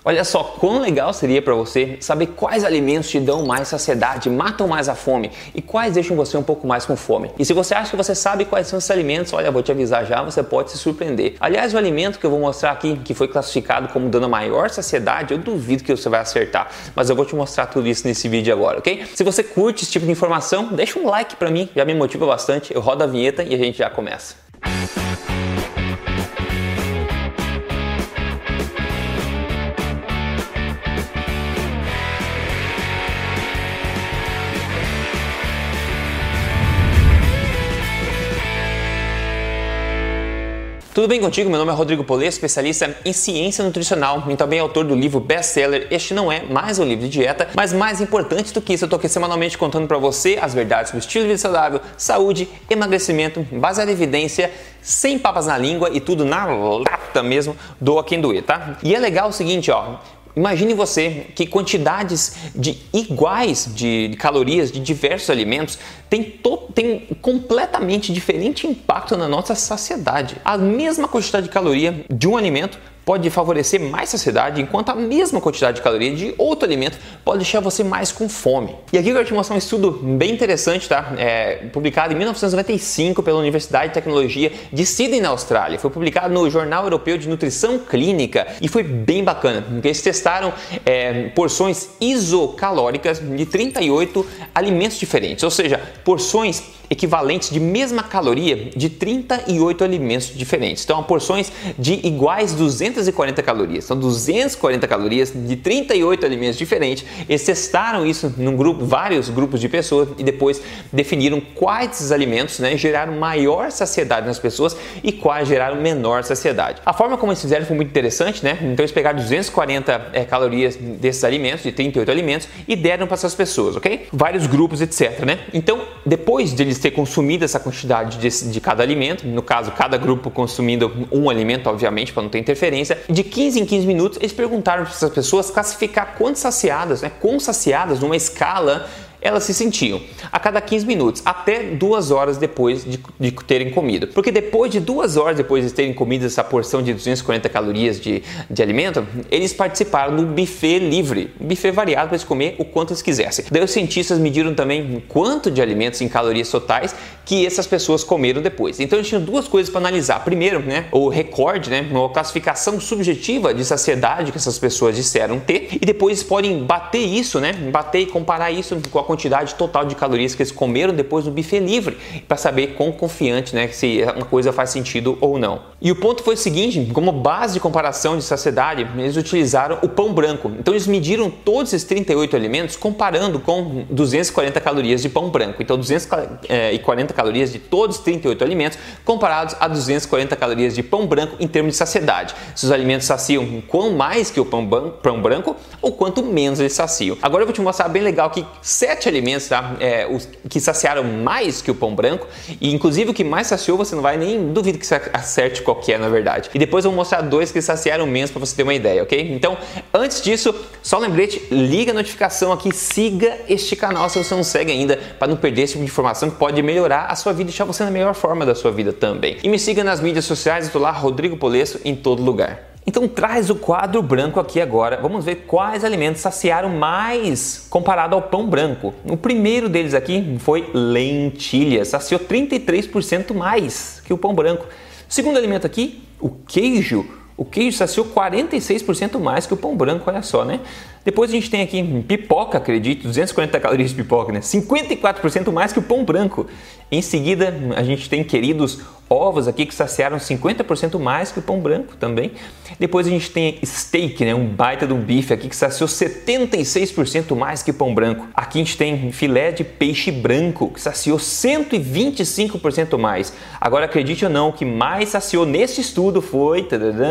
Olha só quão legal seria para você saber quais alimentos te dão mais saciedade, matam mais a fome e quais deixam você um pouco mais com fome. E se você acha que você sabe quais são esses alimentos, olha, vou te avisar já, você pode se surpreender. Aliás, o alimento que eu vou mostrar aqui, que foi classificado como dando a maior saciedade, eu duvido que você vai acertar, mas eu vou te mostrar tudo isso nesse vídeo agora, ok? Se você curte esse tipo de informação, deixa um like para mim, já me motiva bastante, eu rodo a vinheta e a gente já começa. Tudo bem contigo? Meu nome é Rodrigo Polesso, especialista em ciência nutricional e também autor do livro best-seller Este Não É Mais um Livro de Dieta, mas mais importante do que isso, eu tô aqui semanalmente contando para você as verdades sobre estilo de vida saudável, saúde, emagrecimento, baseado em evidência, sem papas na língua e tudo na lata mesmo, doa quem doer, tá? E é legal o seguinte, ó. Imagine você que quantidades iguais de calorias de diversos alimentos tem completamente diferente impacto na nossa saciedade. A mesma quantidade de caloria de um alimento pode favorecer mais saciedade, enquanto a mesma quantidade de caloria de outro alimento pode deixar você mais com fome. E aqui eu quero te mostrar um estudo bem interessante, tá? Publicado em 1995 pela Universidade de Tecnologia de Sydney, na Austrália. Foi publicado no Jornal Europeu de Nutrição Clínica e foi bem bacana, porque eles testaram porções isocalóricas de 38 alimentos diferentes, ou seja, porções equivalentes de mesma caloria de 38 alimentos diferentes. Então, porções de iguais 240 calorias. São 240 calorias de 38 alimentos diferentes. Eles testaram isso num grupo, vários grupos de pessoas e depois definiram quais desses alimentos, geraram maior saciedade nas pessoas e quais geraram menor saciedade. A forma como eles fizeram foi muito interessante, Então, eles pegaram 240 calorias desses alimentos, de 38 alimentos, e deram para essas pessoas, ok? Vários grupos, etc, Então, depois de eles ter consumido essa quantidade de cada alimento, no caso, cada grupo consumindo um alimento, obviamente, para não ter interferência, de 15 em 15 minutos, eles perguntaram para essas pessoas classificar quanto saciadas, quão saciadas numa escala elas se sentiam a cada 15 minutos, até 2 horas depois de terem comido. Porque depois de 2 horas depois de terem comido essa porção de 240 calorias de alimento, eles participaram do buffet livre, buffet variado para eles comer o quanto eles quisessem. Daí os cientistas mediram também quanto de alimentos em calorias totais que essas pessoas comeram depois. Então eles tinham duas coisas para analisar. Primeiro, o recorde, uma classificação subjetiva de saciedade que essas pessoas disseram ter, e depois eles podem bater isso, bater e comparar isso com a quantidade total de calorias que eles comeram depois do buffet livre, para saber quão confiante, se uma coisa faz sentido ou não. E o ponto foi o seguinte, como base de comparação de saciedade, eles utilizaram o pão branco. Então eles mediram todos esses 38 alimentos comparando com 240 calorias de pão branco. Então 240 calorias de todos os 38 alimentos comparados a 240 calorias de pão branco em termos de saciedade. Se os alimentos saciam quão mais que o pão branco ou quanto menos eles saciam. Agora eu vou te mostrar bem legal que 7 alimentos, os que saciaram mais que o pão branco, e inclusive o que mais saciou você não vai nem duvido que você acerte qual que é, na verdade. E depois eu vou mostrar 2 que saciaram menos para você ter uma ideia, ok? Então, antes disso, só um lembrete, liga a notificação aqui, siga este canal se você não segue ainda, para não perder esse tipo de informação que pode melhorar a sua vida e deixar você na melhor forma da sua vida também. E me siga nas mídias sociais, eu tô lá, Rodrigo Polesso, em todo lugar. Então traz o quadro branco aqui agora, vamos ver quais alimentos saciaram mais comparado ao pão branco. O primeiro deles aqui foi lentilha, saciou 33% mais que o pão branco. O segundo alimento aqui, o queijo saciou 46% mais que o pão branco, olha só, Depois a gente tem aqui pipoca, acredite, 240 calorias de pipoca, 54% mais que o pão branco. Em seguida, a gente tem queridos ovos aqui que saciaram 50% mais que o pão branco também. Depois a gente tem steak, um baita de um bife aqui que saciou 76% mais que o pão branco. Aqui a gente tem filé de peixe branco que saciou 125% mais. Agora acredite ou não, o que mais saciou nesse estudo foi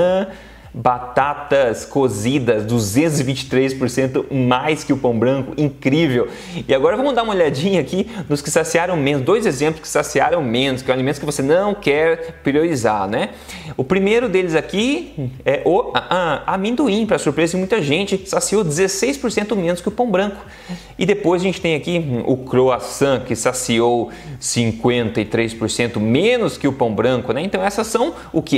batatas cozidas, 223% mais que o pão branco, incrível. E agora vamos dar uma olhadinha aqui nos que saciaram menos, 2 exemplos que saciaram menos, que são alimentos que você não quer priorizar, O primeiro deles aqui é o amendoim, para surpresa de muita gente, saciou 16% menos que o pão branco. E depois a gente tem aqui o croissant, que saciou 53% menos que o pão branco, Então essas são o quê?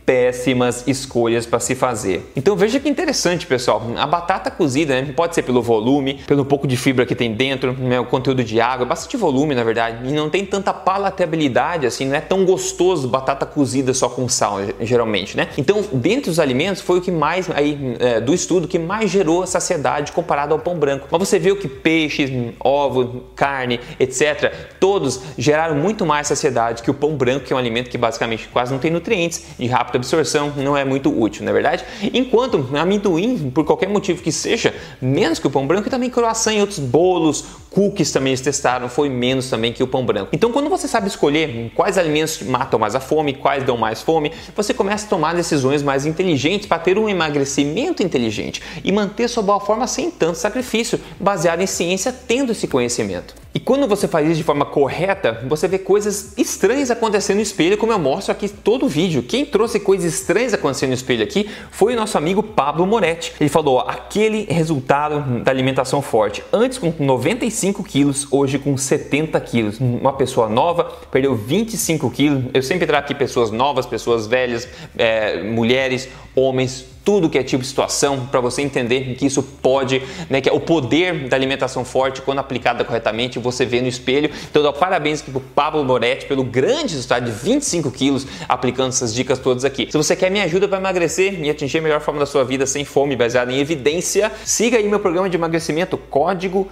péssimas escolhas para se fazer. Então veja que interessante, pessoal. A batata cozida, né, pode ser pelo volume, pelo pouco de fibra que tem dentro, né, o conteúdo de água, bastante volume na verdade, e não tem tanta palatabilidade assim, não é tão gostoso batata cozida só com sal, geralmente, né? Então, dentre os alimentos foi o que mais do estudo que mais gerou saciedade comparado ao pão branco. Mas você viu que peixes, ovo, carne, etc, todos geraram muito mais saciedade que o pão branco, que é um alimento que basicamente quase não tem nutrientes, de rápida absorção, não é muito útil, não é verdade? Enquanto amendoim, por qualquer motivo que seja, menos que o pão branco, e também croissant e outros bolos, cookies também eles testaram, foi menos também que o pão branco. Então, quando você sabe escolher quais alimentos matam mais a fome, quais dão mais fome, você começa a tomar decisões mais inteligentes para ter um emagrecimento inteligente e manter sua boa forma sem tanto sacrifício, baseado em ciência, tendo esse conhecimento. E quando você faz isso de forma correta, você vê coisas estranhas acontecendo no espelho, como eu mostro aqui todo o vídeo. Quem trouxe coisas estranhas acontecendo no espelho aqui foi o nosso amigo Pablo Moretti. Ele falou, aquele resultado da alimentação forte, antes com 95 quilos, hoje com 70 quilos. Uma pessoa nova perdeu 25 quilos. Eu sempre trago aqui pessoas novas, pessoas velhas, mulheres, homens, tudo que é tipo de situação, para você entender que isso pode, né, que é o poder da alimentação forte quando aplicada corretamente, você vê no espelho. Então, dou parabéns aqui pro Pablo Moretti pelo grande resultado de 25 quilos aplicando essas dicas todas aqui. Se você quer minha ajuda para emagrecer e atingir a melhor forma da sua vida sem fome, baseada em evidência, siga aí meu programa de emagrecimento, código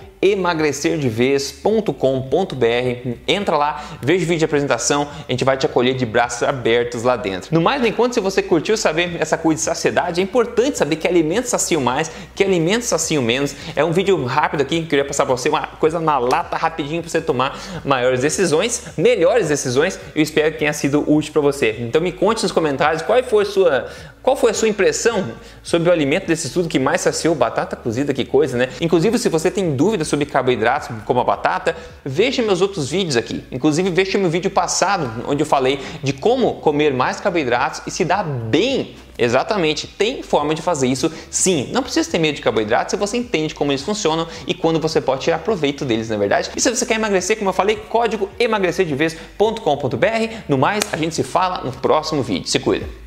emagrecerdevez.com.br. Entra lá, veja o vídeo de apresentação, a gente vai te acolher de braços abertos lá dentro. No mais, nem quanto, se você curtiu saber essa coisa de saciedade, é importante saber que alimentos saciam mais, que alimentos saciam menos. É um vídeo rápido aqui que eu queria passar para você, uma coisa na lata, rapidinho, para você tomar maiores decisões, melhores decisões. Eu espero que tenha sido útil para você. Então me conte nos comentários qual foi a sua impressão sobre o alimento desse estudo que mais saciou. Batata cozida, que coisa, né? Inclusive, se você tem dúvidas sobre carboidratos, como a batata, veja meus outros vídeos aqui. Inclusive, veja meu vídeo passado, onde eu falei de como comer mais carboidratos e se dar bem. Exatamente, tem forma de fazer isso sim. Não precisa ter medo de carboidratos se você entende como eles funcionam e quando você pode tirar proveito deles, na verdade. E se você quer emagrecer, como eu falei, código emagrecerdevez.com.br. No mais, a gente se fala no próximo vídeo. Se cuida!